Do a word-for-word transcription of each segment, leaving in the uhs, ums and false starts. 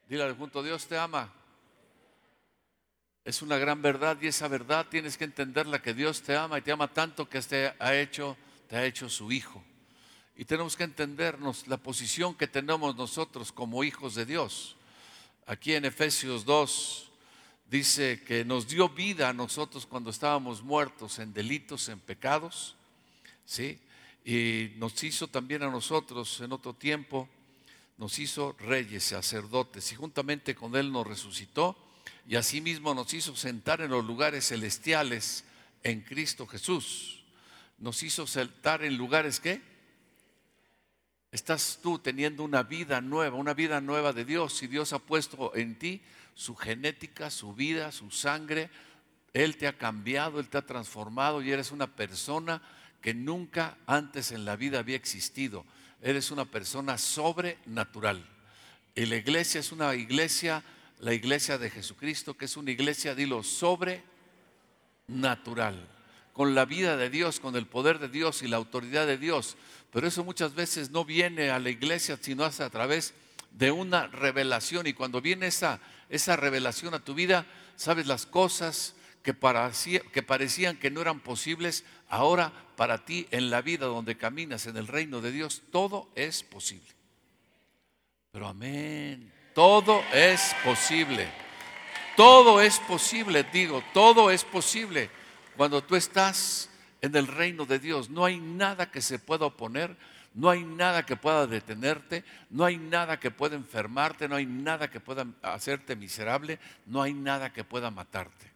Dile al junto, Dios te ama. Es una gran verdad y esa verdad tienes que entenderla, que Dios te ama y te ama tanto que te ha hecho, te ha hecho su hijo. Y tenemos que entendernos la posición que tenemos nosotros como hijos de Dios. Aquí en Efesios dos dice que nos dio vida a nosotros cuando estábamos muertos en delitos, en pecados, ¿sí? Y nos hizo también a nosotros en otro tiempo, nos hizo reyes, sacerdotes, y juntamente con Él nos resucitó y asimismo nos hizo sentar en los lugares celestiales en Cristo Jesús. Nos hizo sentar en lugares ¿qué? Estás tú teniendo una vida nueva, una vida nueva de Dios, y Dios ha puesto en ti su genética, su vida, su sangre. Él te ha cambiado, Él te ha transformado y eres una persona que nunca antes en la vida había existido. Eres una persona sobrenatural. Y la iglesia es una iglesia, la iglesia de Jesucristo, que es una iglesia, dilo, sobrenatural, con la vida de Dios, con el poder de Dios y la autoridad de Dios. Pero eso muchas veces no viene a la iglesia, sino hace a través de una revelación. Y cuando viene esa, esa revelación a tu vida, sabes las cosas que, parecía, que parecían que no eran posibles, ahora para ti en la vida donde caminas en el reino de Dios, todo es posible. Pero amén, todo es posible. Todo es posible, digo, todo es posible. Cuando tú estás en el reino de Dios, no hay nada que se pueda oponer, no hay nada que pueda detenerte, no hay nada que pueda enfermarte, no hay nada que pueda hacerte miserable, no hay nada que pueda matarte.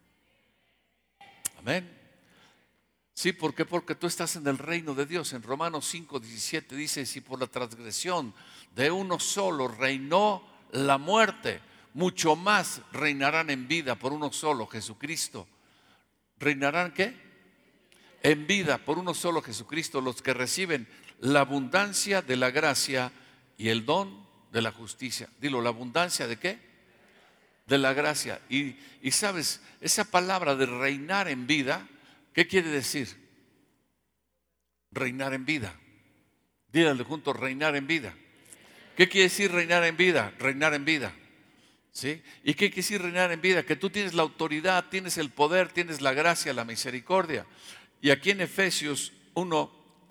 Amén. Sí, ¿por qué? Porque tú estás en el reino de Dios. En Romanos cinco diecisiete dice, si por la transgresión de uno solo reinó la muerte, mucho más reinarán en vida por uno solo, Jesucristo. ¿Reinarán qué? En vida por uno solo, Jesucristo, los que reciben la abundancia de la gracia y el don de la justicia. Dilo, ¿la abundancia de qué? De la gracia. Y, y sabes, esa palabra de reinar en vida, ¿qué quiere decir? Reinar en vida. Díganle juntos, reinar en vida. ¿Qué quiere decir reinar en vida? Reinar en vida. ¿Sí? ¿Y qué quiere decir reinar en vida? Que tú tienes la autoridad, tienes el poder, tienes la gracia, la misericordia. Y aquí en Efesios uno,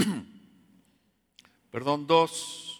perdón, dos,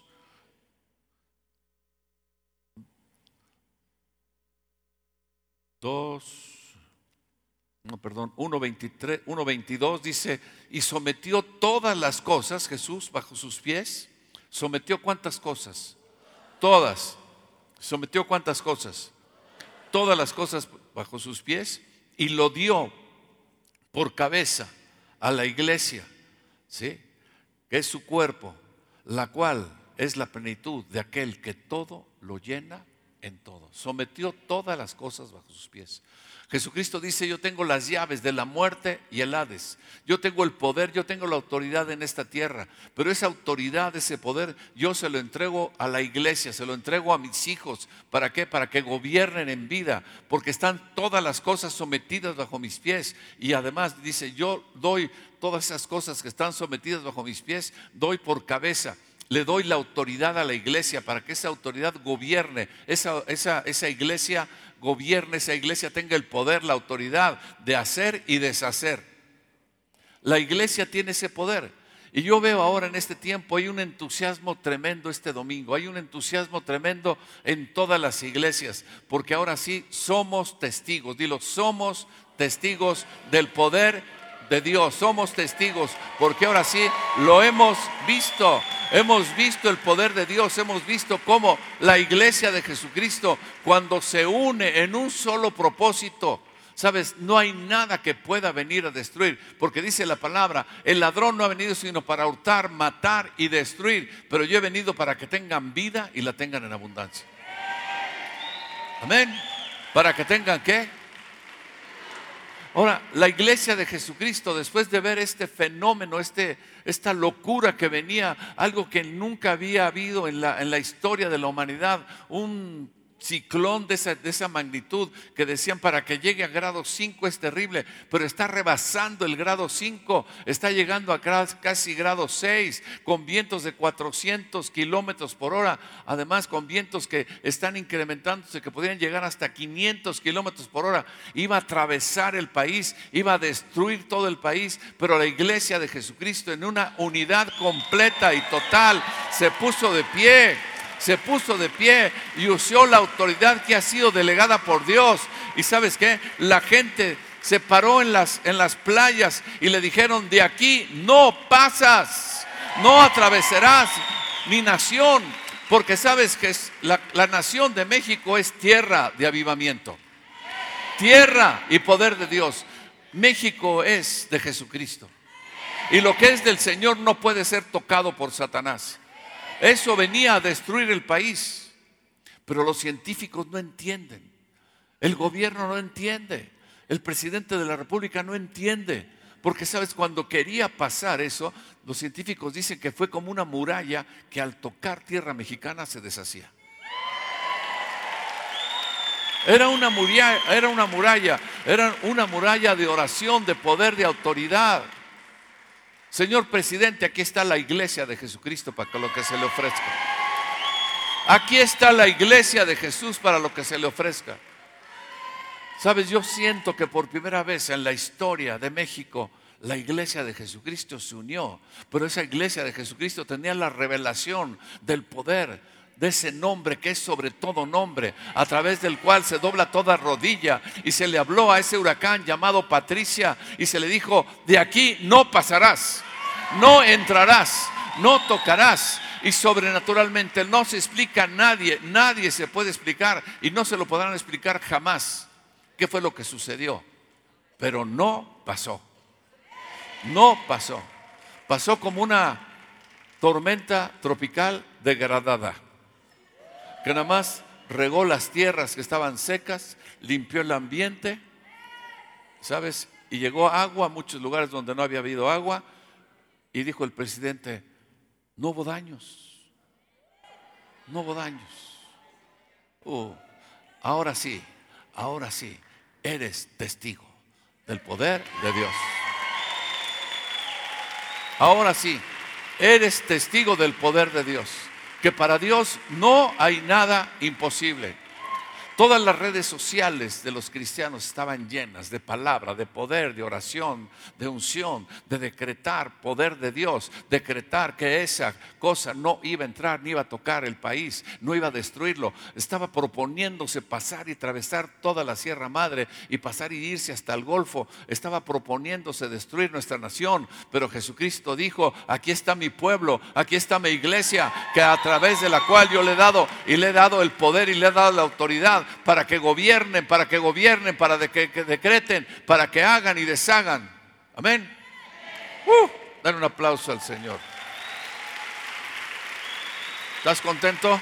dos, no, perdón, uno veintitrés, uno veintidós dice, y sometió todas las cosas, Jesús, bajo sus pies. ¿Sometió cuántas cosas? Todas. ¿Sometió cuántas cosas? Todas las cosas bajo sus pies, y lo dio por cabeza a la iglesia, ¿sí? Que es su cuerpo, la cual es la plenitud de aquel que todo lo llena en todo. Sometió todas las cosas bajo sus pies. Jesucristo dice, yo tengo las llaves de la muerte y el Hades. Yo tengo el poder, yo tengo la autoridad en esta tierra. Pero esa autoridad, ese poder, yo se lo entrego a la iglesia, se lo entrego a mis hijos. ¿Para qué? Para que gobiernen en vida. Porque están todas las cosas sometidas bajo mis pies. Y además dice, yo doy todas esas cosas que están sometidas bajo mis pies, doy por cabeza. Le doy la autoridad a la iglesia para que esa autoridad gobierne, esa, esa, esa iglesia gobierne, esa iglesia tenga el poder, la autoridad de hacer y deshacer. La iglesia tiene ese poder. Y yo veo ahora en este tiempo, hay un entusiasmo tremendo este domingo, hay un entusiasmo tremendo en todas las iglesias, porque ahora sí somos testigos, dilo, somos testigos del poder de Dios, somos testigos, porque ahora sí lo hemos visto. Hemos visto el poder de Dios, hemos visto cómo la iglesia de Jesucristo, cuando se une en un solo propósito, sabes, no hay nada que pueda venir a destruir, porque dice la palabra, el ladrón no ha venido sino para hurtar, matar y destruir, pero yo he venido para que tengan vida y la tengan en abundancia. Amén. ¿Para que tengan qué? Ahora, la iglesia de Jesucristo, después de ver este fenómeno, este, esta locura que venía, algo que nunca había habido en la, en la historia de la humanidad, un ciclón de esa, de esa magnitud que decían para que llegue a grado cinco es terrible, pero está rebasando el grado cinco, está llegando a casi grado seis, con vientos de cuatrocientos kilómetros por hora, además con vientos que están incrementándose, que podrían llegar hasta quinientos kilómetros por hora. Iba a atravesar el país, iba a destruir todo el país, pero la iglesia de Jesucristo, en una unidad completa y total, se puso de pie. Se puso de pie y usó la autoridad que ha sido delegada por Dios. Y ¿sabes qué? La gente se paró en las, en las playas y le dijeron: de aquí no pasas, no atravesarás mi nación. Porque sabes que es la, la nación de México es tierra de avivamiento, tierra y poder de Dios. México es de Jesucristo, y lo que es del Señor no puede ser tocado por Satanás. Eso venía a destruir el país, pero los científicos no entienden, el gobierno no entiende, el presidente de la República no entiende, porque sabes, cuando quería pasar eso, los científicos dicen que fue como una muralla que al tocar tierra mexicana se deshacía. Era una muralla, era una muralla, era una muralla de oración, de poder, de autoridad. Señor presidente, aquí está la iglesia de Jesucristo para lo que se le ofrezca. Aquí está la iglesia de Jesús para lo que se le ofrezca. Sabes, yo siento que por primera vez en la historia de México, la iglesia de Jesucristo se unió. Pero esa iglesia de Jesucristo tenía la revelación del poder de ese nombre que es sobre todo nombre, a través del cual se dobla toda rodilla. Y se le habló a ese huracán llamado Patricia y se le dijo: de aquí no pasarás, no entrarás, no tocarás. Y sobrenaturalmente no se explica a nadie, nadie se puede explicar y no se lo podrán explicar jamás qué fue lo que sucedió. Pero no pasó, no pasó. Pasó como una tormenta tropical degradada, que nada más regó las tierras que estaban secas, limpió el ambiente, ¿sabes? Y llegó agua a muchos lugares donde no había habido agua. Y dijo el presidente: no hubo daños, no hubo daños. Uh, ahora sí, ahora sí, eres testigo del poder de Dios. Ahora sí, eres testigo del poder de Dios. Que para Dios no hay nada imposible. Todas las redes sociales de los cristianos estaban llenas de palabra, de poder, de oración, de unción, de decretar poder de Dios, decretar que esa cosa no iba a entrar, ni iba a tocar el país, no iba a destruirlo. Estaba proponiéndose pasar y atravesar toda la Sierra Madre y pasar y irse hasta el Golfo. Estaba proponiéndose destruir nuestra nación, pero Jesucristo dijo: aquí está mi pueblo, aquí está mi iglesia, que a través de la cual yo le he dado y le he dado el poder y le he dado la autoridad para que gobiernen, para que gobiernen, para de que, que decreten, para que hagan y deshagan. Amén. Uh, dale un aplauso al Señor. ¿Estás contento?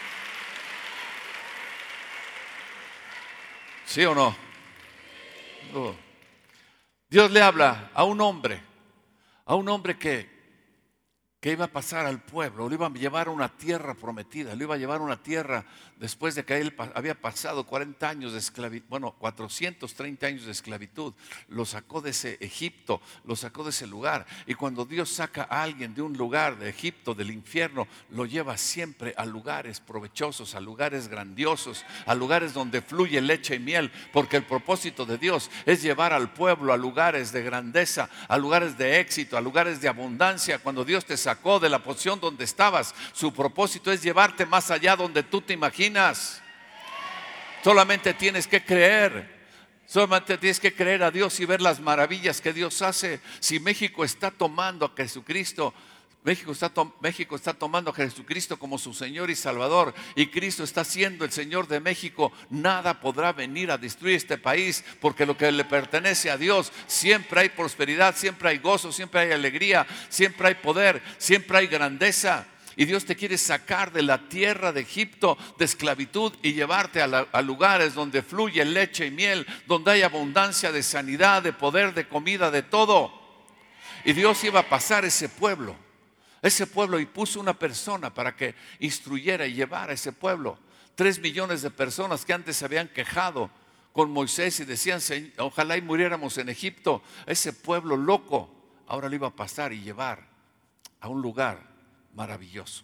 ¿Sí o no? Uh. Dios le habla a un hombre, a un hombre que que iba a pasar al pueblo, lo iba a llevar a una tierra prometida, lo iba a llevar a una tierra después de que él había pasado cuarenta años de esclavitud, bueno, cuatrocientos treinta años de esclavitud. Lo sacó de ese Egipto, lo sacó de ese lugar. Y cuando Dios saca a alguien de un lugar de Egipto, del infierno, lo lleva siempre a lugares provechosos, a lugares grandiosos, a lugares donde fluye leche y miel, porque el propósito de Dios es llevar al pueblo a lugares de grandeza, a lugares de éxito, a lugares de abundancia. Cuando Dios te sacó de la posición donde estabas, su propósito es llevarte más allá donde tú te imaginas. Solamente tienes que creer. Solamente tienes que creer a Dios y ver las maravillas que Dios hace. Si México está tomando a Jesucristo, México está, to- México está tomando a Jesucristo como su Señor y Salvador, y Cristo está siendo el Señor de México, nada podrá venir a destruir este país, porque lo que le pertenece a Dios, siempre hay prosperidad, siempre hay gozo, siempre hay alegría, siempre hay poder, siempre hay grandeza. Y Dios te quiere sacar de la tierra de Egipto, de esclavitud, y llevarte a, la, a lugares donde fluye leche y miel, donde hay abundancia de sanidad, de poder, de comida, de todo. Y Dios iba a pasar ese pueblo, ese pueblo, y puso una persona para que instruyera y llevara a ese pueblo. Tres millones de personas que antes se habían quejado con Moisés y decían, ojalá y muriéramos en Egipto. Ese pueblo loco ahora lo iba a pasar y llevar a un lugar maravilloso.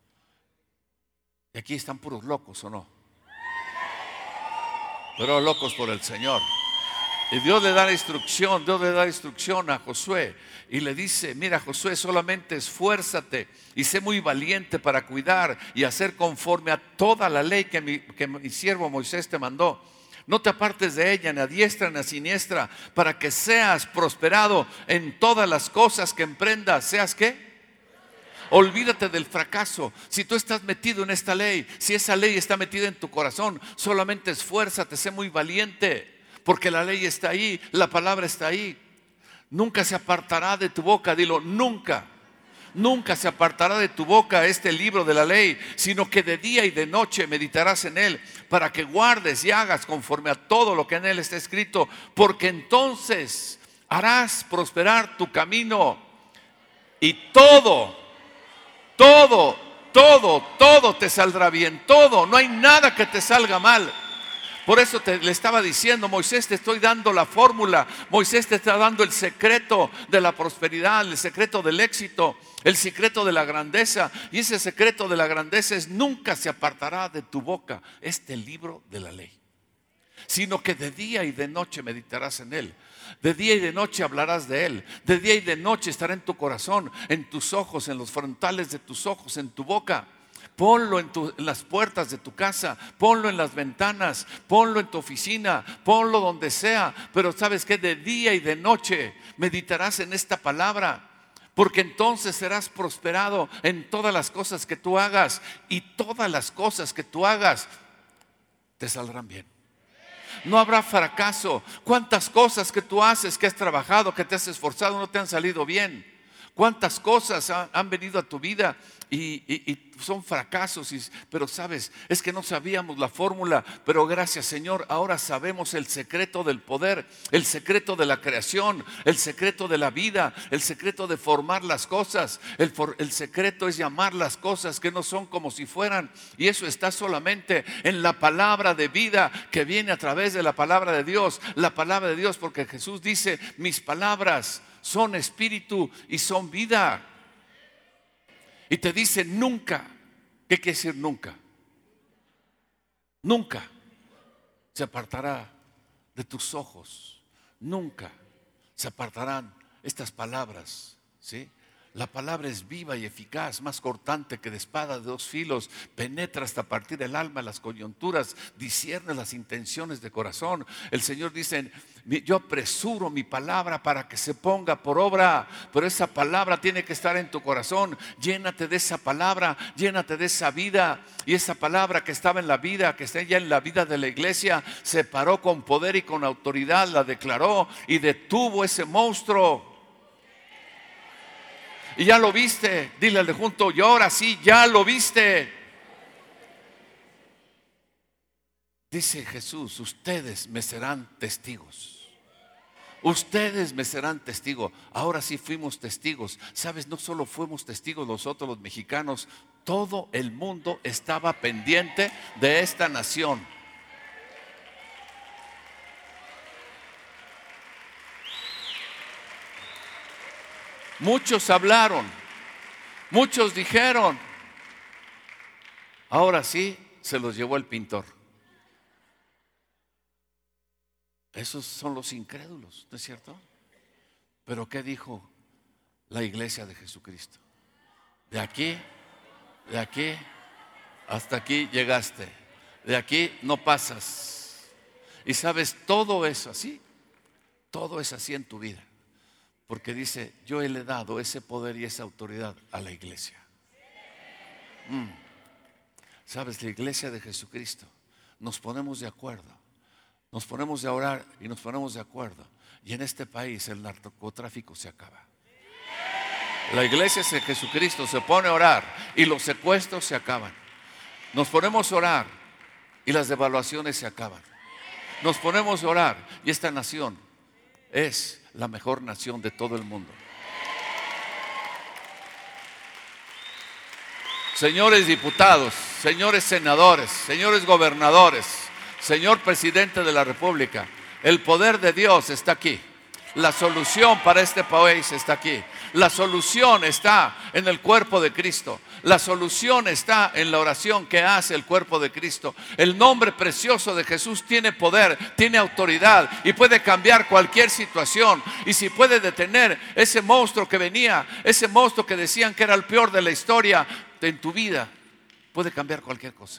Y aquí están puros locos, ¿o no? Pero locos por el Señor. Y Dios le da la instrucción, Dios le da la instrucción a Josué y le dice, mira Josué, solamente esfuérzate y sé muy valiente para cuidar y hacer conforme a toda la ley que mi, que mi siervo Moisés te mandó. No te apartes de ella, ni a diestra ni a siniestra, para que seas prosperado en todas las cosas que emprendas. ¿Seas qué? Olvídate del fracaso. Si tú estás metido en esta ley, si esa ley está metida en tu corazón, solamente esfuérzate, sé muy valiente, porque la ley está ahí, la palabra está ahí. Nunca se apartará de tu boca, dilo, nunca. Nunca se apartará de tu boca este libro de la ley, sino que de día y de noche meditarás en él, para que guardes y hagas conforme a todo lo que en él está escrito, porque entonces harás prosperar tu camino y todo, todo, todo, todo te saldrá bien, todo, no hay nada que te salga mal. Por eso te, le estaba diciendo, Moisés, te estoy dando la fórmula. Moisés te está dando el secreto de la prosperidad, el secreto del éxito, el secreto de la grandeza. Y ese secreto de la grandeza es: nunca se apartará de tu boca este libro de la ley, sino que de día y de noche meditarás en él. De día y de noche hablarás de él. De día y de noche estará en tu corazón, en tus ojos, en los frontales de tus ojos, en tu boca. Ponlo en, tu, en las puertas de tu casa, ponlo en las ventanas, ponlo en tu oficina, ponlo donde sea. Pero sabes que de día y de noche meditarás en esta palabra, porque entonces serás prosperado en todas las cosas que tú hagas, y todas las cosas que tú hagas te saldrán bien. No habrá fracaso. ¿Cuántas cosas que tú haces, que has trabajado, que te has esforzado, no te han salido bien? ¿Cuántas cosas han, han venido a tu vida y, y, y son fracasos? Y, pero sabes, es que no sabíamos la fórmula, pero gracias Señor, ahora sabemos el secreto del poder, el secreto de la creación, el secreto de la vida, el secreto de formar las cosas. El, for, el secreto es llamar las cosas que no son como si fueran, y eso está solamente en la palabra de vida que viene a través de la palabra de Dios. La palabra de Dios, porque Jesús dice, mis palabras son espíritu y son vida. Y te dice nunca. ¿Qué quiere decir nunca? Nunca se apartará de tus ojos. Nunca se apartarán estas palabras, ¿sí? La palabra es viva y eficaz, más cortante que de espada de dos filos, penetra hasta partir el alma, las coyunturas, discierne las intenciones de corazón. El Señor dice, yo apresuro mi palabra para que se ponga por obra, pero esa palabra tiene que estar en tu corazón. Llénate de esa palabra, llénate de esa vida. Y esa palabra que estaba en la vida, que está ya en la vida de la iglesia, se paró con poder y con autoridad, la declaró y detuvo ese monstruo. Y ya lo viste, dile al de junto, y ahora sí, ya lo viste. Dice Jesús, ustedes me serán testigos. Ustedes me serán testigos. Ahora sí fuimos testigos. Sabes, no solo fuimos testigos nosotros los mexicanos, todo el mundo estaba pendiente de esta nación. Muchos hablaron, muchos dijeron, ahora sí se los llevó el pintor. Esos son los incrédulos, ¿no es cierto? Pero ¿qué dijo la iglesia de Jesucristo? De aquí, de aquí, hasta aquí llegaste. De aquí no pasas. Y sabes, todo eso así, todo es así en tu vida. Porque dice, yo le he dado ese poder y esa autoridad a la iglesia. Mm. Sabes, la iglesia de Jesucristo, nos ponemos de acuerdo, nos ponemos de orar y nos ponemos de acuerdo. Y en este país el narcotráfico se acaba. La iglesia de Jesucristo se pone a orar y los secuestros se acaban. Nos ponemos a orar y las devaluaciones se acaban. Nos ponemos a orar y esta nación es la mejor nación de todo el mundo. señores diputados, señores senadores, señores gobernadores, señor presidente de la República, el poder de Dios está aquí. La solución para este país está aquí. La solución está en el cuerpo de Cristo. La solución está en la oración que hace el cuerpo de Cristo. El nombre precioso de Jesús tiene poder, tiene autoridad y puede cambiar cualquier situación. Y si puede detener ese monstruo que venía, ese monstruo que decían que era el peor de la historia en tu vida, puede cambiar cualquier cosa.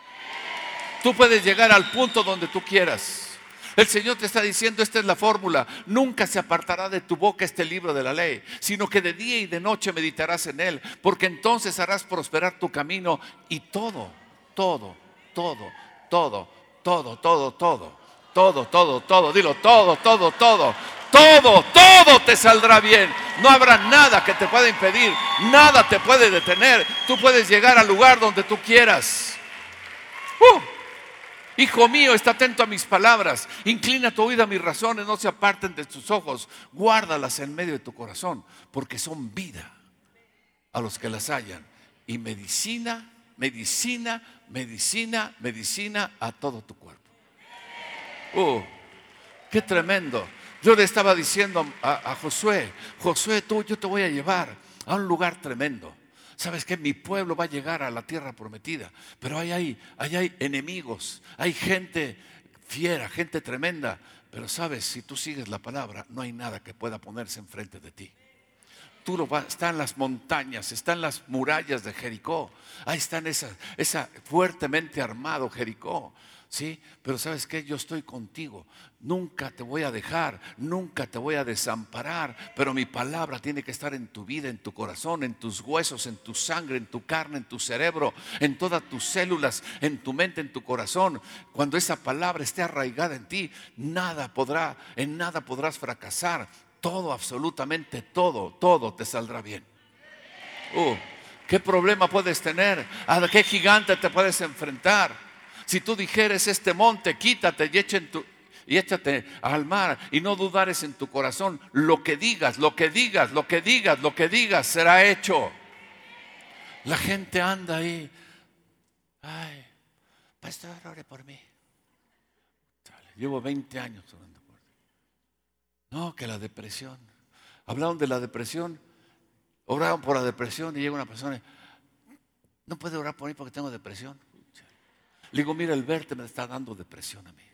Tú puedes llegar al punto donde tú quieras. El Señor te está diciendo, esta es la fórmula: nunca se apartará de tu boca este libro de la ley, sino que de día y de noche meditarás en él, porque entonces harás prosperar tu camino y todo, todo, todo, todo, todo, todo, todo, todo, todo, todo, dilo, todo, todo, todo, todo, todo te saldrá bien. No habrá nada que te pueda impedir, nada te puede detener. Tú puedes llegar al lugar donde tú quieras. Uh. Hijo mío, está atento a mis palabras, inclina tu oído a mis razones, no se aparten de tus ojos, guárdalas en medio de tu corazón, porque son vida a los que las hallan, y medicina, medicina, medicina, medicina a todo tu cuerpo. Uh, qué tremendo. Yo le estaba diciendo a, a Josué, Josué, tú, yo te voy a llevar a un lugar tremendo. ¿Sabes qué? Mi pueblo va a llegar a la tierra prometida, pero ahí hay, ahí hay enemigos, hay gente fiera, gente tremenda. Pero sabes, si tú sigues la palabra, no hay nada que pueda ponerse enfrente de ti. Tú lo vas, están las montañas, están las murallas de Jericó, ahí están esas, esa fuertemente armado Jericó. ¿Sí? Pero ¿sabes qué? Yo estoy contigo. Nunca te voy a dejar, nunca te voy a desamparar. Pero mi palabra tiene que estar en tu vida, en tu corazón, en tus huesos, en tu sangre, en tu carne, en tu cerebro, en todas tus células, en tu mente, en tu corazón. Cuando esa palabra esté arraigada en ti, nada podrá, en nada podrás fracasar. Todo, absolutamente todo, todo te saldrá bien. Uh, ¿Qué problema puedes tener? ¿A qué gigante te puedes enfrentar? Si tú dijeres, este monte, quítate y, eche en tu, y échate al mar, y no dudares en tu corazón, lo que digas, lo que digas, lo que digas, lo que digas será hecho. La gente anda ahí, ay, pastor, ore por mí. Llevo veinte años orando por ti. No, que la depresión. Hablaron de la depresión, oraron por la depresión y llega una persona, no puede orar por mí porque tengo depresión. Le digo, mira, el verte me está dando depresión a mí.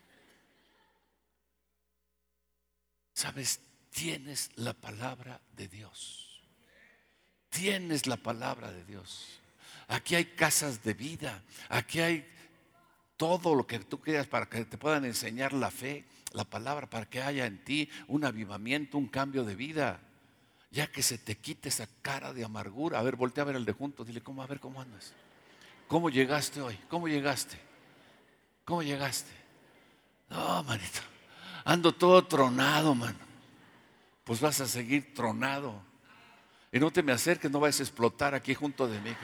¿Sabes? Tienes la palabra de Dios. Tienes la palabra de Dios. Aquí hay casas de vida. Aquí hay todo lo que tú quieras para que te puedan enseñar la fe, la palabra, para que haya en ti un avivamiento, un cambio de vida. Ya que se te quite esa cara de amargura. A ver, voltea a ver al de junto. Dile, ¿cómo? A ver, ¿cómo andas? ¿Cómo llegaste hoy? ¿Cómo llegaste? ¿Cómo llegaste? No, manito, ando todo tronado, mano. Pues vas a seguir tronado. Y no te me acerques, no vayas a explotar aquí junto de mí.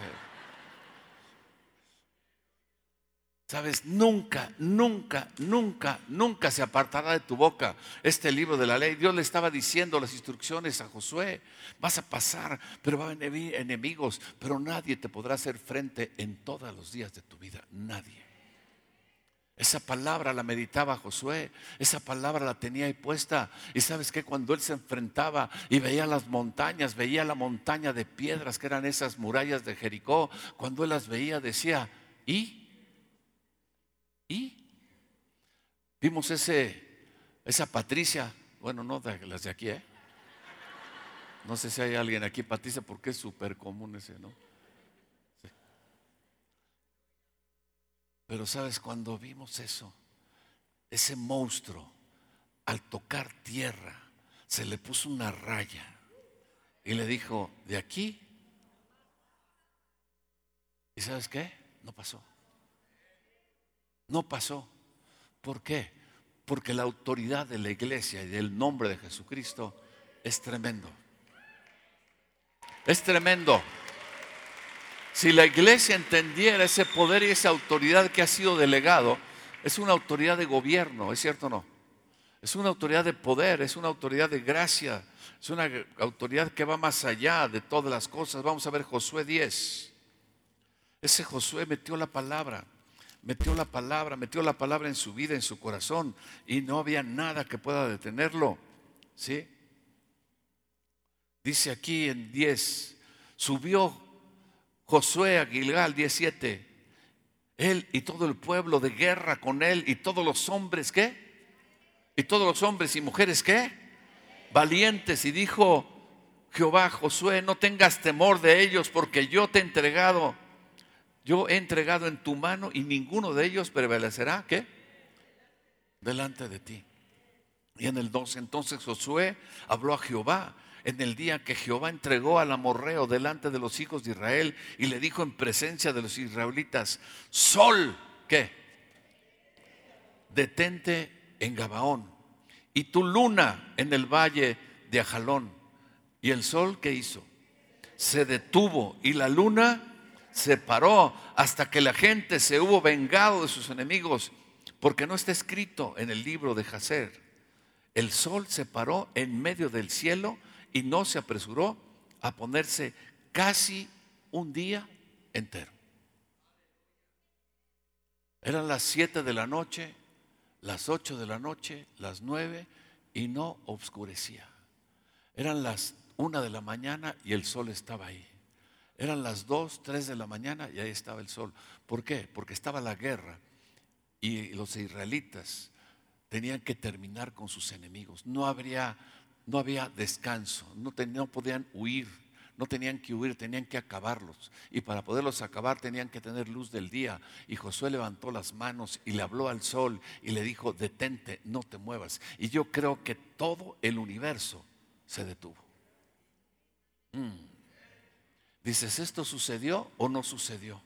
Sabes, nunca, nunca, nunca, nunca se apartará de tu boca este libro de la ley. Dios le estaba diciendo las instrucciones a Josué. Vas a pasar, pero va a venir enemigos, pero nadie te podrá hacer frente en todos los días de tu vida. Nadie. Esa palabra la meditaba Josué, esa palabra la tenía ahí puesta. Y sabes que cuando él se enfrentaba y veía las montañas, veía la montaña de piedras que eran esas murallas de Jericó, cuando él las veía decía, ¿y? ¿Y? Vimos ese, esa Patricia, bueno, no de las de aquí, ¿eh? No sé si hay alguien aquí, Patricia, porque es súper común ese, ¿no? Pero sabes, cuando vimos eso, ese monstruo, al tocar tierra, se le puso una raya y le dijo, de aquí. ¿Y sabes qué? No pasó. No pasó. ¿Por qué? Porque la autoridad de la iglesia y del nombre de Jesucristo es tremendo. Es tremendo. Si la iglesia entendiera ese poder y esa autoridad que ha sido delegado, es una autoridad de gobierno, ¿es cierto o no? Es una autoridad de poder, es una autoridad de gracia, es una autoridad que va más allá de todas las cosas. Vamos a ver Josué diez. Ese Josué metió la palabra, metió la palabra, metió la palabra en su vida, en su corazón, y no había nada que pueda detenerlo. ¿Sí? Dice aquí en diez, subió Josué a Gilgal, diecisiete, él y todo el pueblo de guerra con él, y todos los hombres, ¿qué? Y todos los hombres y mujeres, ¿qué? Valientes. Y dijo Jehová a Josué: no tengas temor de ellos, porque yo te he entregado, yo he entregado en tu mano, y ninguno de ellos prevalecerá, ¿qué? Delante de ti. Y en el doce, entonces Josué habló a Jehová en el día que Jehová entregó al amorreo delante de los hijos de Israel, y le dijo en presencia de los israelitas: sol, ¿qué? Detente en Gabaón, y tu luna en el valle de Ajalón. Y el sol, ¿qué hizo? Se detuvo, y la luna se paró hasta que la gente se hubo vengado de sus enemigos, porque no está escrito en el libro de Jacer. El sol se paró en medio del cielo y no se apresuró a ponerse casi un día entero. Eran las siete de la noche, las ocho de la noche, las nueve, y no oscurecía. Eran las una de la mañana y el sol estaba ahí. Eran las dos, tres de la mañana y ahí estaba el sol. ¿Por qué? Porque estaba la guerra y los israelitas tenían que terminar con sus enemigos. No habría, no había descanso, no, ten, no podían huir, no tenían que huir, tenían que acabarlos. Y para poderlos acabar tenían que tener luz del día. Y Josué levantó las manos y le habló al sol y le dijo: detente, no te muevas. Y yo creo que todo el universo se detuvo. Mm. Dices, ¿esto sucedió o no sucedió?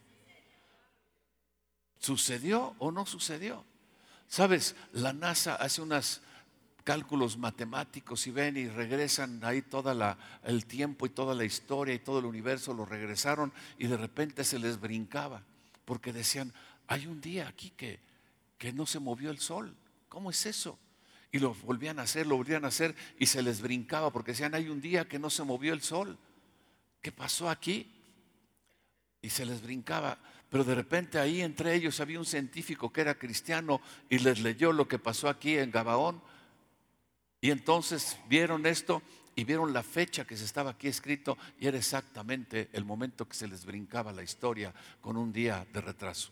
¿Sucedió o no sucedió? Sabes, la NASA hace unos cálculos matemáticos y ven y regresan ahí todo el tiempo y toda la historia y todo el universo, lo regresaron, y de repente se les brincaba, porque decían: hay un día aquí que, que no se movió el sol. ¿Cómo es eso? Y lo volvían a hacer, lo volvían a hacer, y se les brincaba porque decían: hay un día que no se movió el sol. ¿Qué pasó aquí? Y se les brincaba. Pero de repente ahí entre ellos había un científico que era cristiano y les leyó lo que pasó aquí en Gabaón. Y entonces vieron esto y vieron la fecha que se estaba aquí escrito, y era exactamente el momento que se les brincaba la historia con un día de retraso.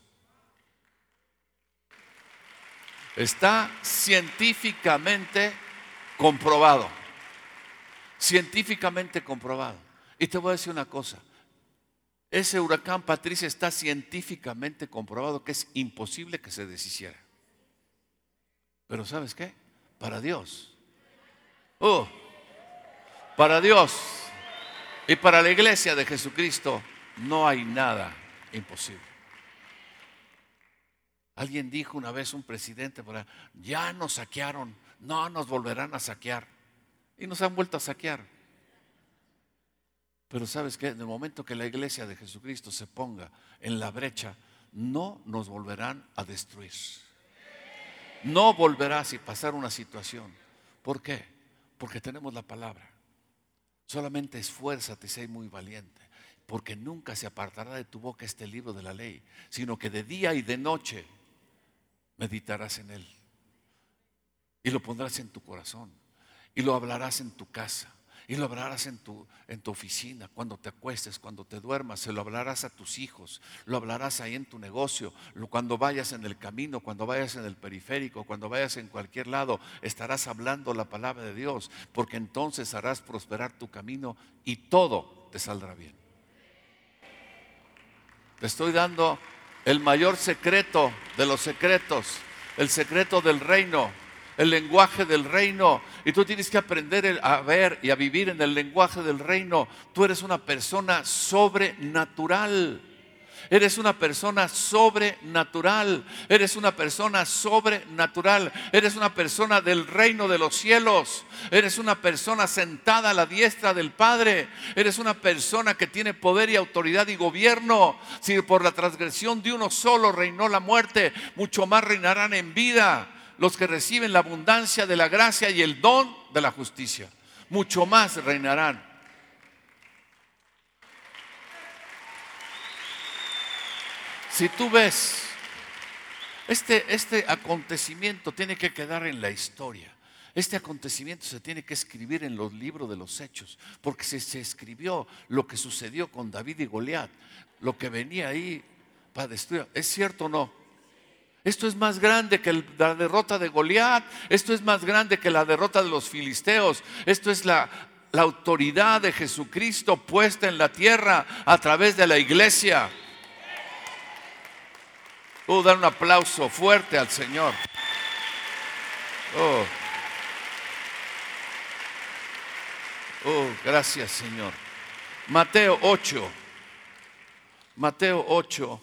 Está científicamente comprobado. Científicamente comprobado. Y te voy a decir una cosa. Ese huracán Patricia está científicamente comprobado que es imposible que se deshiciera. Pero ¿sabes qué? Para Dios, oh, para Dios y para la iglesia de Jesucristo no hay nada imposible. Alguien dijo una vez, un presidente por ahí: ya nos saquearon, no nos volverán a saquear. Y nos han vuelto a saquear. Pero ¿sabes qué? En el momento que la iglesia de Jesucristo se ponga en la brecha, no nos volverán a destruir. No volverá a pasar una situación. ¿Por qué? Porque tenemos la palabra. Solamente esfuérzate y sé muy valiente, porque nunca se apartará de tu boca este libro de la ley, sino que de día y de noche meditarás en él. Y lo pondrás en tu corazón. Y lo hablarás en tu casa. Y lo hablarás en tu, en tu oficina, cuando te acuestes, cuando te duermas. Se lo hablarás a tus hijos, lo hablarás ahí en tu negocio, lo, cuando vayas en el camino, cuando vayas en el periférico, cuando vayas en cualquier lado, estarás hablando la palabra de Dios, porque entonces harás prosperar tu camino y todo te saldrá bien. Te estoy dando el mayor secreto de los secretos, el secreto del reino, el lenguaje del reino. Y tú tienes que aprender a ver y a vivir en el lenguaje del reino. Tú eres una persona sobrenatural. Eres una persona sobrenatural. Eres una persona sobrenatural. Eres una persona del reino de los cielos. Eres una persona sentada a la diestra del Padre. Eres una persona que tiene poder y autoridad y gobierno. Si por la transgresión de uno solo reinó la muerte, mucho más reinarán en vida los que reciben la abundancia de la gracia y el don de la justicia. Mucho más reinarán. Si tú ves, este, este acontecimiento tiene que quedar en la historia. Este acontecimiento se tiene que escribir en los libros de los hechos, porque se, se escribió lo que sucedió con David y Goliat, lo que venía ahí para destruir. ¿Es cierto o no? Esto es más grande que la derrota de Goliat. Esto es más grande que la derrota de los filisteos. Esto es la, la autoridad de Jesucristo puesta en la tierra a través de la iglesia. Oh, dar un aplauso fuerte al Señor. Oh, oh, gracias, Señor. Mateo ocho. Mateo ocho.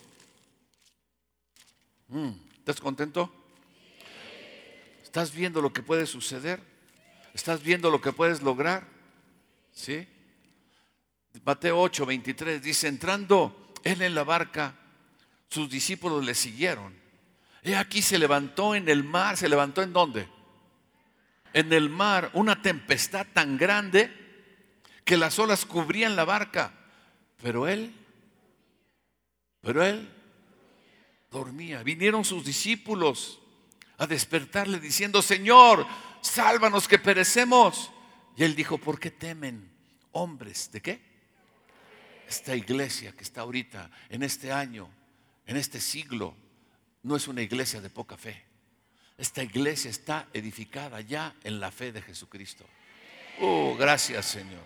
Mm. ¿Estás contento? ¿Estás viendo lo que puede suceder? ¿Estás viendo lo que puedes lograr? ¿Sí? Mateo ocho, veintitrés dice: entrando él en la barca, sus discípulos le siguieron. He aquí se levantó en el mar. ¿Se levantó en dónde? En el mar, una tempestad tan grande que las olas cubrían la barca. Pero él, pero él dormía. Vinieron sus discípulos a despertarle diciendo: Señor, sálvanos que perecemos. Y él dijo: ¿por qué temen, hombres? ¿De qué? Esta iglesia que está ahorita, en este año, en este siglo, no es una iglesia de poca fe. Esta iglesia está edificada ya en la fe de Jesucristo. Oh, gracias, Señor.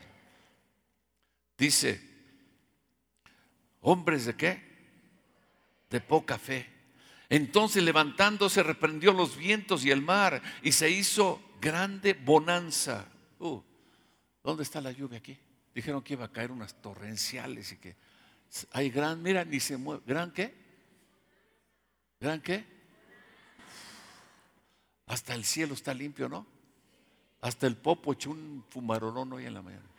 Dice: ¿hombres de qué? De poca fe. Entonces, levantándose, reprendió los vientos y el mar, y se hizo grande bonanza. Uh, ¿Dónde está la lluvia aquí? Dijeron que iba a caer unas torrenciales y que hay gran, mira, ni se mueve. ¿Gran qué? ¿Gran qué? Hasta el cielo está limpio, ¿no? Hasta el popo echó un fumarolón hoy en la mañana.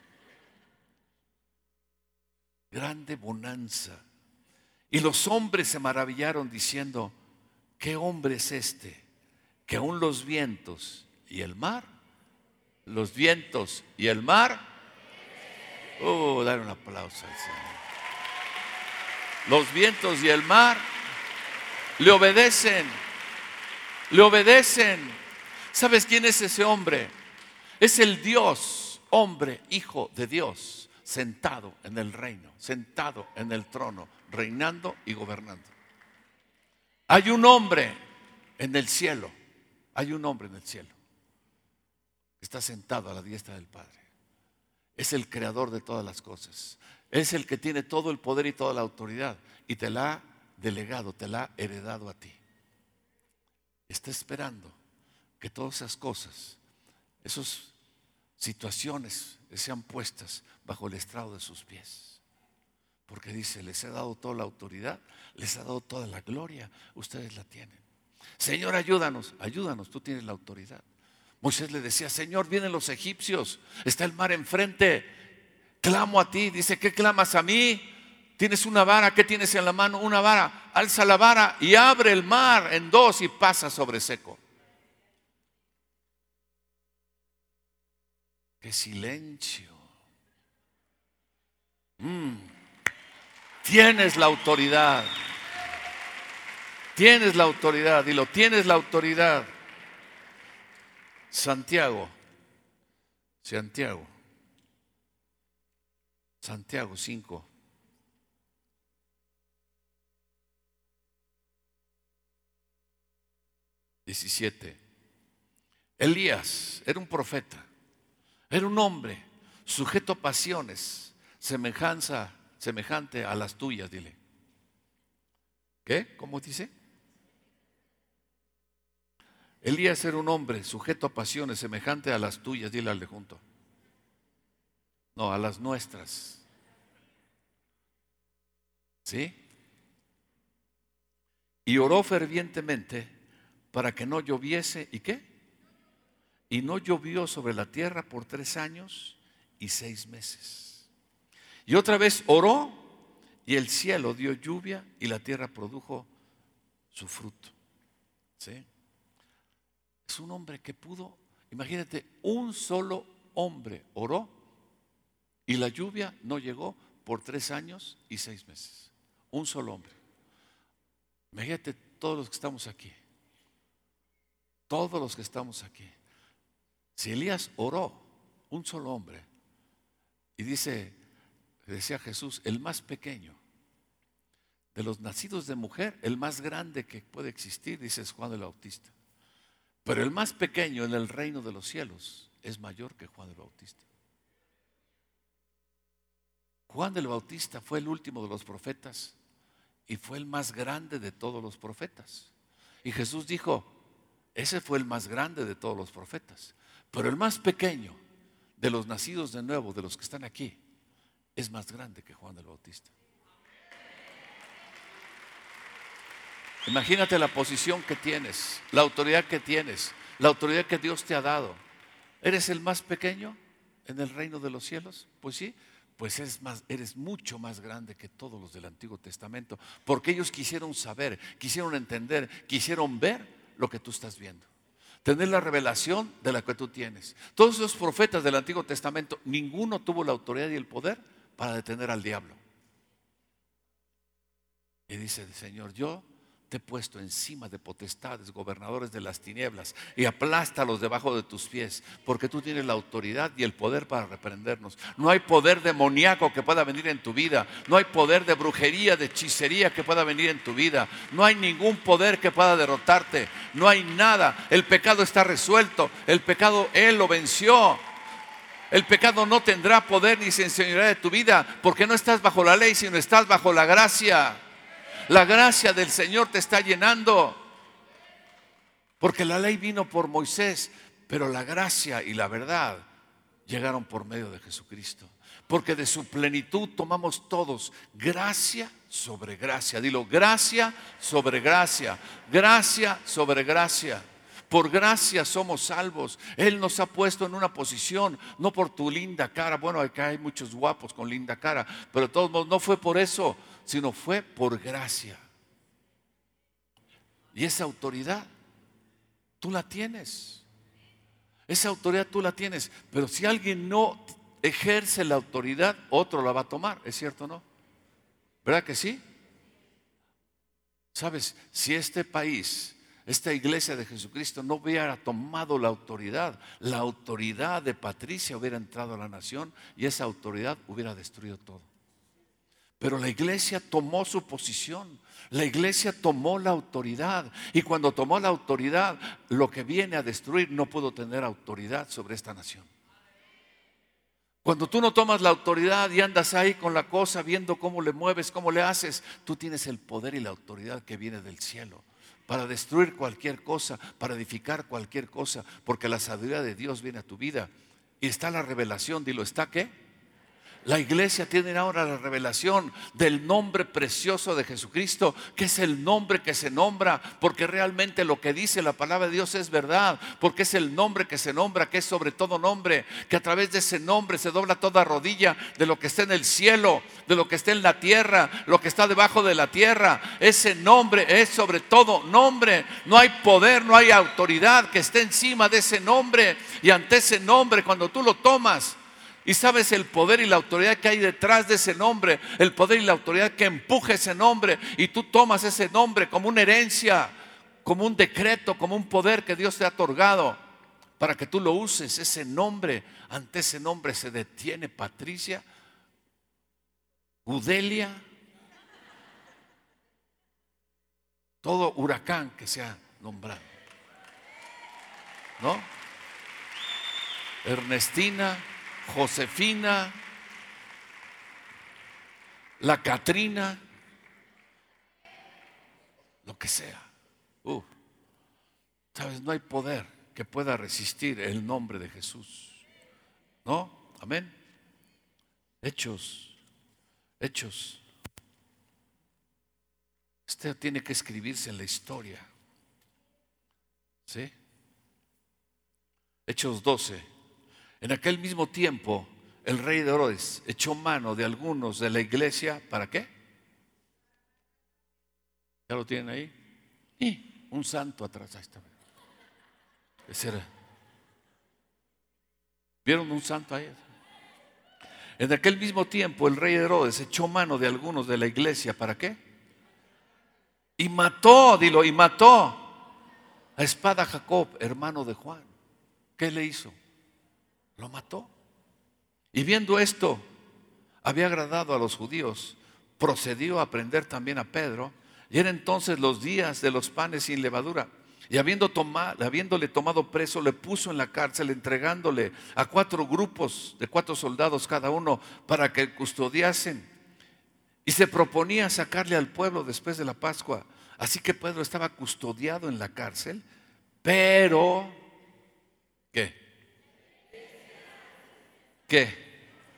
Grande bonanza. Y los hombres se maravillaron diciendo: ¿qué hombre es este? Que aún los vientos y el mar, los vientos y el mar, oh, dar un aplauso al Señor. Los vientos y el mar le obedecen, le obedecen. ¿Sabes quién es ese hombre? Es el Dios, hombre, hijo de Dios, sentado en el reino, sentado en el trono, reinando y gobernando. Hay un hombre en el cielo, hay un hombre en el cielo que está sentado a la diestra del Padre. Es el creador de todas las cosas. Es el que tiene todo el poder y toda la autoridad, y te la ha delegado, te la ha heredado a ti. Está esperando que todas esas cosas, esas situaciones sean puestas bajo el estrado de sus pies. Porque dice: les he dado toda la autoridad, les he dado toda la gloria, ustedes la tienen. Señor, ayúdanos, ayúdanos, tú tienes la autoridad. Moisés le decía: Señor, vienen los egipcios, está el mar enfrente, clamo a ti. Dice: ¿qué clamas a mí? Tienes una vara, ¿qué tienes en la mano? Una vara. Alza la vara y abre el mar en dos y pasa sobre seco. ¡Qué silencio! Mm. Tienes la autoridad. Tienes la autoridad. Dilo: tienes la autoridad. Santiago. Santiago. Santiago cinco. diecisiete. Elías era un profeta. Era un hombre sujeto a pasiones, semejanza, semejante a las tuyas, dile. ¿Qué? ¿Cómo dice? Elías era un hombre sujeto a pasiones, semejante a las tuyas, dile al de junto. No, a las nuestras. ¿Sí? Y oró fervientemente para que no lloviese. ¿Y qué? Y no llovió sobre la tierra por tres años y seis meses. Y otra vez oró, y el cielo dio lluvia y la tierra produjo su fruto. ¿Sí? Es un hombre que pudo, imagínate, un solo hombre oró y la lluvia no llegó por tres años y seis meses. Un solo hombre. Imagínate todos los que estamos aquí. Todos los que estamos aquí. Si Elías oró, un solo hombre, y dice, decía Jesús, el más pequeño de los nacidos de mujer, el más grande que puede existir, dice, es Juan el Bautista. Pero el más pequeño en el reino de los cielos es mayor que Juan el Bautista. Juan el Bautista fue el último de los profetas y fue el más grande de todos los profetas. Y Jesús dijo, ese fue el más grande de todos los profetas. Pero el más pequeño de los nacidos de nuevo, de los que están aquí, es más grande que Juan el Bautista. Imagínate la posición que tienes, la autoridad que tienes, la autoridad que Dios te ha dado. ¿Eres el más pequeño en el reino de los cielos? Pues sí, pues eres, más, eres mucho más grande que todos los del Antiguo Testamento, porque ellos quisieron saber, quisieron entender, quisieron ver lo que tú estás viendo. Tener la revelación de la que tú tienes. Todos esos profetas del Antiguo Testamento, ninguno tuvo la autoridad y el poder para detener al diablo. Y dice el Señor, yo te he puesto encima de potestades, gobernadores de las tinieblas, y aplástalos debajo de tus pies, porque tú tienes la autoridad y el poder para reprendernos. No hay poder demoníaco que pueda venir en tu vida, no hay poder de brujería, de hechicería que pueda venir en tu vida, no hay ningún poder que pueda derrotarte, no hay nada. El pecado está resuelto, el pecado Él lo venció. El pecado no tendrá poder ni se enseñará de tu vida, porque no estás bajo la ley, sino estás bajo la gracia. La gracia del Señor te está llenando. Porque la ley vino por Moisés, pero la gracia y la verdad llegaron por medio de Jesucristo. Porque de su plenitud tomamos todos gracia sobre gracia. Dilo, gracia sobre gracia, gracia sobre gracia. Por gracia somos salvos. Él nos ha puesto en una posición, no por tu linda cara. Bueno, acá hay muchos guapos con linda cara, pero de todos modos no fue por eso, sino fue por gracia. Y esa autoridad tú la tienes. Esa autoridad tú la tienes. Pero si alguien no ejerce la autoridad, otro la va a tomar. ¿Es cierto o no? ¿Verdad que sí? ¿Sabes? Si este país, esta iglesia de Jesucristo no hubiera tomado la autoridad, la autoridad de Patricia hubiera entrado a la nación y esa autoridad hubiera destruido todo. Pero la iglesia tomó su posición, la iglesia tomó la autoridad, y cuando tomó la autoridad, lo que viene a destruir no pudo tener autoridad sobre esta nación. Cuando tú no tomas la autoridad y andas ahí con la cosa viendo cómo le mueves, cómo le haces, tú tienes el poder y la autoridad que viene del cielo para destruir cualquier cosa, para edificar cualquier cosa, porque la sabiduría de Dios viene a tu vida. Y está la revelación, dilo, ¿está qué? La iglesia tiene ahora la revelación del nombre precioso de Jesucristo, que es el nombre que se nombra, porque realmente lo que dice la palabra de Dios es verdad, porque es el nombre que se nombra, que es sobre todo nombre, que a través de ese nombre se dobla toda rodilla de lo que está en el cielo, de lo que está en la tierra, lo que está debajo de la tierra. Ese nombre es sobre todo nombre. No hay poder, no hay autoridad que esté encima de ese nombre, y ante ese nombre, cuando tú lo tomas y sabes el poder y la autoridad que hay detrás de ese nombre, el poder y la autoridad que empuja ese nombre, y tú tomas ese nombre como una herencia, como un decreto, como un poder que Dios te ha otorgado para que tú lo uses, ese nombre, ante ese nombre se detiene Patricia, Udelia, todo huracán que sea nombrado, ¿no? Ernestina, Josefina, la Catrina, lo que sea. Uh, Sabes, no hay poder que pueda resistir el nombre de Jesús, ¿no? Amén. Hechos, Hechos. Este tiene que escribirse en la historia, ¿sí? Hechos doce. En aquel mismo tiempo, el rey de Herodes echó mano de algunos de la iglesia. ¿Para qué? ¿Ya lo tienen ahí? Y un santo atrás. Ahí está. Ese era. ¿Vieron un santo ahí? En aquel mismo tiempo, el rey de Herodes echó mano de algunos de la iglesia. ¿Para qué? Y mató, dilo, y mató a espada a Jacob, hermano de Juan. ¿Qué le hizo? Lo mató. Y viendo esto, había agradado a los judíos, procedió a prender también a Pedro. Y eran entonces los días de los panes sin levadura. Y habiendo tomado, habiéndole tomado preso, le puso en la cárcel, entregándole a cuatro grupos de cuatro soldados cada uno para que custodiasen. Y se proponía sacarle al pueblo después de la Pascua. Así que Pedro estaba custodiado en la cárcel, pero ¿qué? ¿Qué?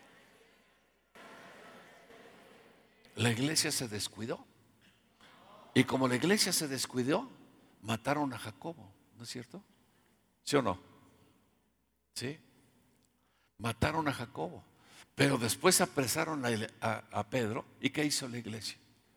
La iglesia se descuidó. Y como la iglesia se descuidó, mataron a Jacobo, ¿no es cierto? ¿Sí o no? Sí. Mataron a Jacobo. Pero después apresaron a, a, a Pedro. ¿Y qué hizo la iglesia?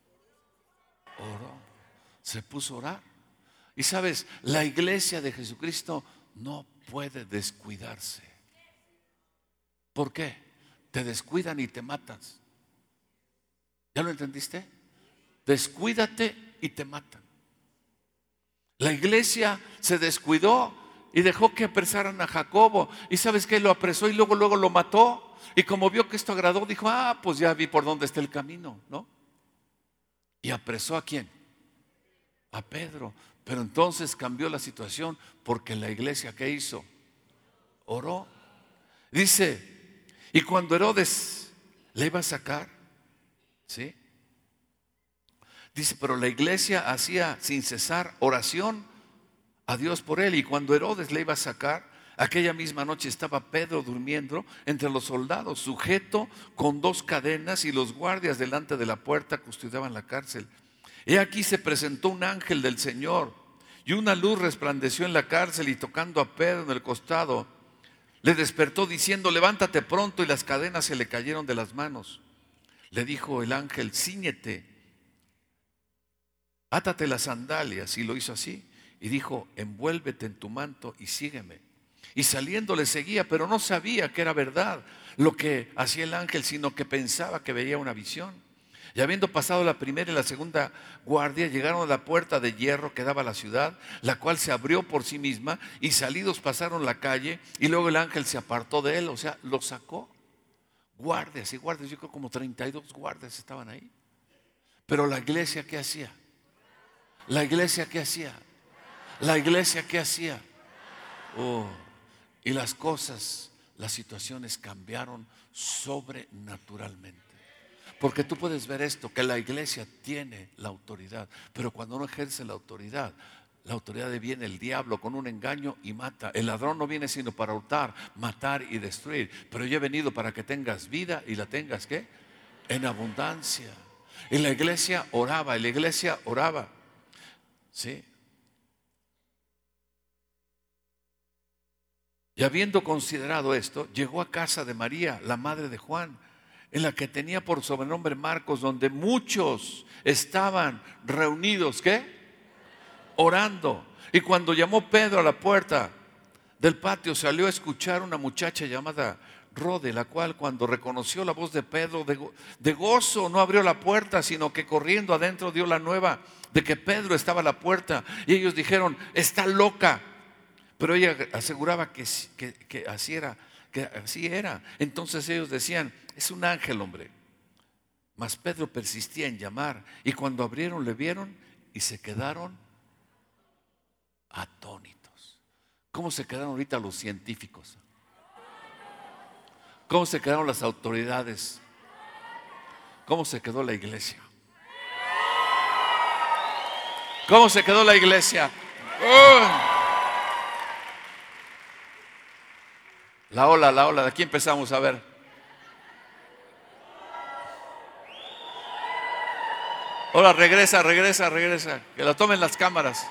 Oró. Se puso a orar. Y sabes, la iglesia de Jesucristo no puede descuidarse. ¿Por qué? Te descuidan y te matas. ¿Ya lo entendiste? Descuídate y te matan. La iglesia se descuidó y dejó que apresaran a Jacobo. ¿Y sabes qué? Lo apresó y luego, luego lo mató. Y como vio que esto agradó, dijo, ah, pues ya vi por dónde está el camino, ¿no? Y apresó ¿a quién? A Pedro. Pero entonces cambió la situación porque la iglesia, ¿qué hizo? Oró. Dice, y cuando Herodes le iba a sacar, ¿sí? Dice, pero la iglesia hacía sin cesar oración a Dios por él. Y cuando Herodes le iba a sacar, aquella misma noche estaba Pedro durmiendo entre los soldados, sujeto con dos cadenas, y los guardias delante de la puerta custodiaban la cárcel. He aquí se presentó un ángel del Señor, y una luz resplandeció en la cárcel, y tocando a Pedro en el costado, le despertó diciendo, levántate pronto, y las cadenas se le cayeron de las manos. Le dijo el ángel, cíñete, átate las sandalias, y lo hizo así. Y dijo, envuélvete en tu manto y sígueme. Y saliendo le seguía, pero no sabía que era verdad lo que hacía el ángel, sino que pensaba que veía una visión. Y habiendo pasado la primera y la segunda guardia, llegaron a la puerta de hierro que daba a la ciudad, la cual se abrió por sí misma, y salidos pasaron la calle, y luego el ángel se apartó de él, o sea, lo sacó. Guardias y guardias, yo creo como treinta y dos guardias estaban ahí. Pero la iglesia, ¿qué hacía? La iglesia, ¿qué hacía? La iglesia, ¿qué hacía? Oh, y las cosas, las situaciones cambiaron sobrenaturalmente. Porque tú puedes ver esto, que la iglesia tiene la autoridad, pero cuando no ejerce la autoridad, la autoridad viene el diablo con un engaño y mata. El ladrón no viene sino para hurtar, matar y destruir, pero yo he venido para que tengas vida y la tengas, ¿qué? En abundancia. Y la iglesia oraba, y la iglesia oraba, ¿sí? Y habiendo considerado esto, llegó a casa de María, la madre de Juan, en la que tenía por sobrenombre Marcos, donde muchos estaban reunidos, ¿qué? Orando. Y cuando llamó Pedro a la puerta del patio, salió a escuchar una muchacha llamada Rode, la cual cuando reconoció la voz de Pedro, de, go de gozo no abrió la puerta, sino que corriendo adentro dio la nueva de que Pedro estaba a la puerta. Y ellos dijeron, está loca. Pero ella aseguraba que, que, que así era, que así era. Entonces ellos decían, es un ángel, hombre. Mas Pedro persistía en llamar, y cuando abrieron le vieron y se quedaron atónitos. ¿Cómo se quedaron ahorita los científicos? ¿Cómo se quedaron las autoridades? ¿Cómo se quedó la iglesia? ¿Cómo se quedó la iglesia? ¡Oh! La ola, la ola, de aquí empezamos a ver. Ahora regresa, regresa, regresa. Que la tomen las cámaras.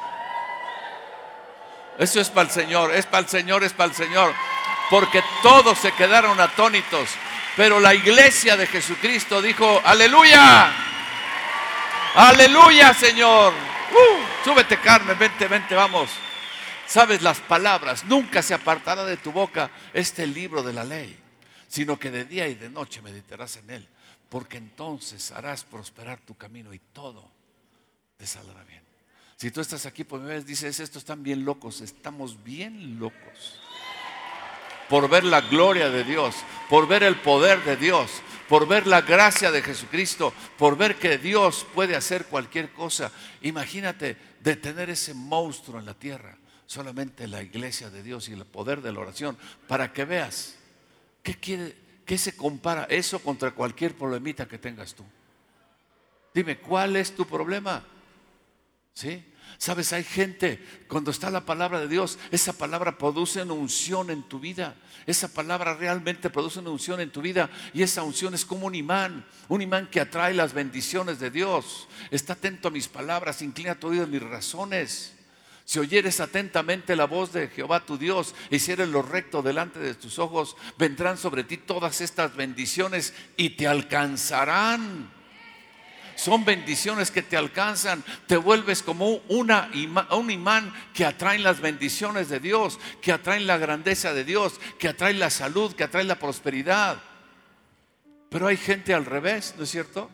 Eso es para el Señor, es para el Señor, es para el Señor. Porque todos se quedaron atónitos. Pero la iglesia de Jesucristo dijo, aleluya. Aleluya, Señor. Uh, súbete, Carmen, vente, vente, vamos. Sabes, las palabras, nunca se apartará de tu boca este libro de la ley, sino que de día y de noche meditarás en él, porque entonces harás prosperar tu camino y todo te saldrá bien. Si tú estás aquí por primera vez, dices, estos están bien locos. Estamos bien locos por ver la gloria de Dios, por ver el poder de Dios, por ver la gracia de Jesucristo, por ver que Dios puede hacer cualquier cosa. Imagínate detener ese monstruo en la tierra. Solamente la iglesia de Dios y el poder de la oración, para que veas qué quiere, qué se compara eso contra cualquier problemita que tengas tú. Dime, ¿cuál es tu problema? ¿Sí? Sabes, hay gente, cuando está la palabra de Dios, esa palabra produce una unción en tu vida. Esa palabra realmente produce una unción en tu vida. Y esa unción es como un imán, un imán que atrae las bendiciones de Dios. Está atento a mis palabras, inclina tu oído a mis razones. Si oyeres atentamente la voz de Jehová tu Dios, e hicieres lo recto delante de tus ojos, vendrán sobre ti todas estas bendiciones y te alcanzarán. Son bendiciones que te alcanzan. Te vuelves como una, un imán que atraen las bendiciones de Dios, que atraen la grandeza de Dios, que atraen la salud, que atraen la prosperidad. Pero hay gente al revés, ¿no es cierto?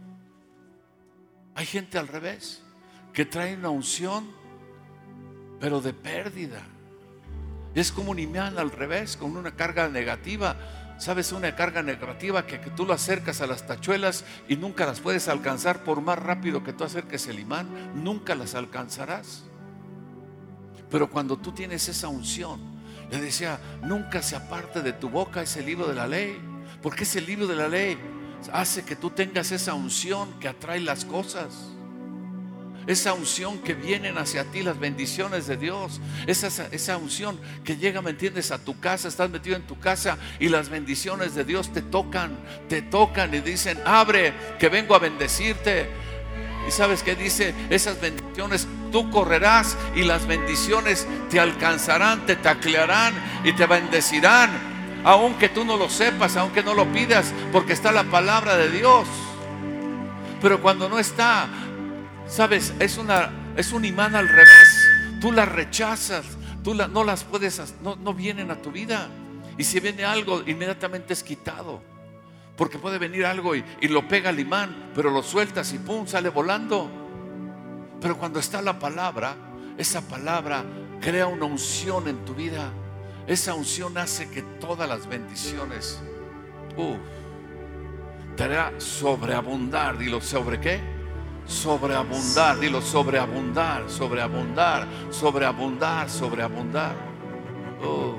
Hay gente al revés que trae una unción, pero de pérdida. Es como un imán al revés, con una carga negativa. ¿Sabes? Una carga negativa que, que tú lo acercas a las tachuelas y nunca las puedes alcanzar. Por más rápido que tú acerques el imán, nunca las alcanzarás. Pero cuando tú tienes esa unción, le decía, nunca se aparte de tu boca ese libro de la ley, porque ese libro de la ley hace que tú tengas esa unción que atrae las cosas. Esa unción que vienen hacia ti, las bendiciones de Dios. Esa, esa unción que llega, ¿me entiendes?, a tu casa. Estás metido en tu casa y las bendiciones de Dios te tocan, te tocan y dicen, abre, que vengo a bendecirte. ¿Y sabes qué dice? Esas bendiciones, tú correrás y las bendiciones te alcanzarán, te taclearán y te bendecirán, aunque tú no lo sepas, aunque no lo pidas, porque está la palabra de Dios. Pero cuando no está, ¿sabes? Es, una, es un imán al revés. Tú las rechazas, tú la, no las puedes, no, no vienen a tu vida. Y si viene algo, inmediatamente es quitado. Porque puede venir algo y, y lo pega el imán, pero lo sueltas y pum, sale volando. Pero cuando está la palabra, esa palabra crea una unción en tu vida. Esa unción hace que todas las bendiciones uh, te hará sobreabundar. Dilo, ¿sobre qué? Sobreabundar, dilo, sobreabundar, sobreabundar, sobreabundar, sobreabundar. Oh.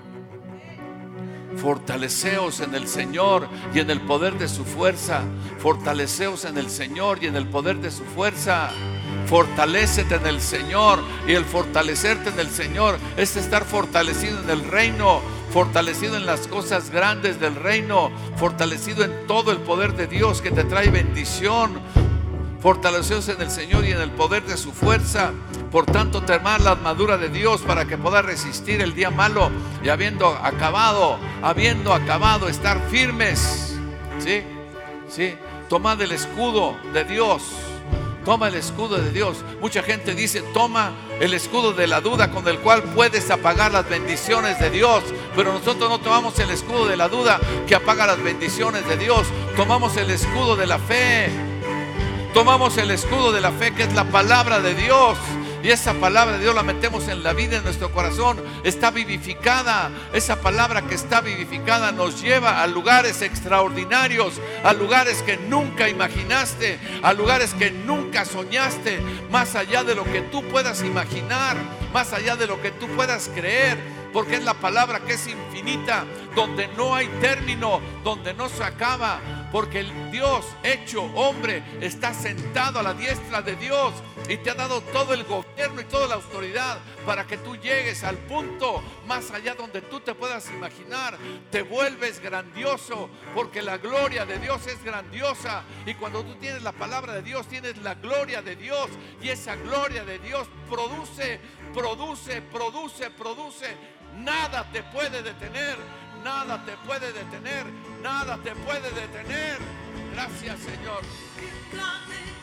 Fortaleceos en el Señor y en el poder de su fuerza. Fortaleceos en el Señor y en el poder de su fuerza. Fortalécete en el Señor. Y el fortalecerte en el Señor es estar fortalecido en el reino, fortalecido en las cosas grandes del reino, fortalecido en todo el poder de Dios que te trae bendición. Fortaleceos en el Señor y en el poder de su fuerza. Por tanto, tomad la armadura de Dios para que podáis resistir el día malo, y habiendo acabado, habiendo acabado, estar firmes. ¿Sí? ¿Sí? Tomad el escudo de Dios. Toma el escudo de Dios. Mucha gente dice, toma el escudo de la duda, con el cual puedes apagar las bendiciones de Dios. Pero nosotros no tomamos el escudo de la duda que apaga las bendiciones de Dios. Tomamos el escudo de la fe. Tomamos el escudo de la fe, que es la palabra de Dios. Y esa palabra de Dios la metemos en la vida, en nuestro corazón. Está vivificada. Esa palabra que está vivificada nos lleva a lugares extraordinarios, a lugares que nunca imaginaste, a lugares que nunca soñaste, más allá de lo que tú puedas imaginar, más allá de lo que tú puedas creer. Porque es la palabra que es infinita, donde no hay término, donde no se acaba. Porque el Dios hecho hombre está sentado a la diestra de Dios y te ha dado todo el gobierno y toda la autoridad para que tú llegues al punto más allá donde tú te puedas imaginar. Te vuelves grandioso, porque la gloria de Dios es grandiosa. Y cuando tú tienes la palabra de Dios, tienes la gloria de Dios. Y esa gloria de Dios produce, produce, produce, produce. Nada te puede detener. Nada te puede detener, nada te puede detener. Gracias, Señor.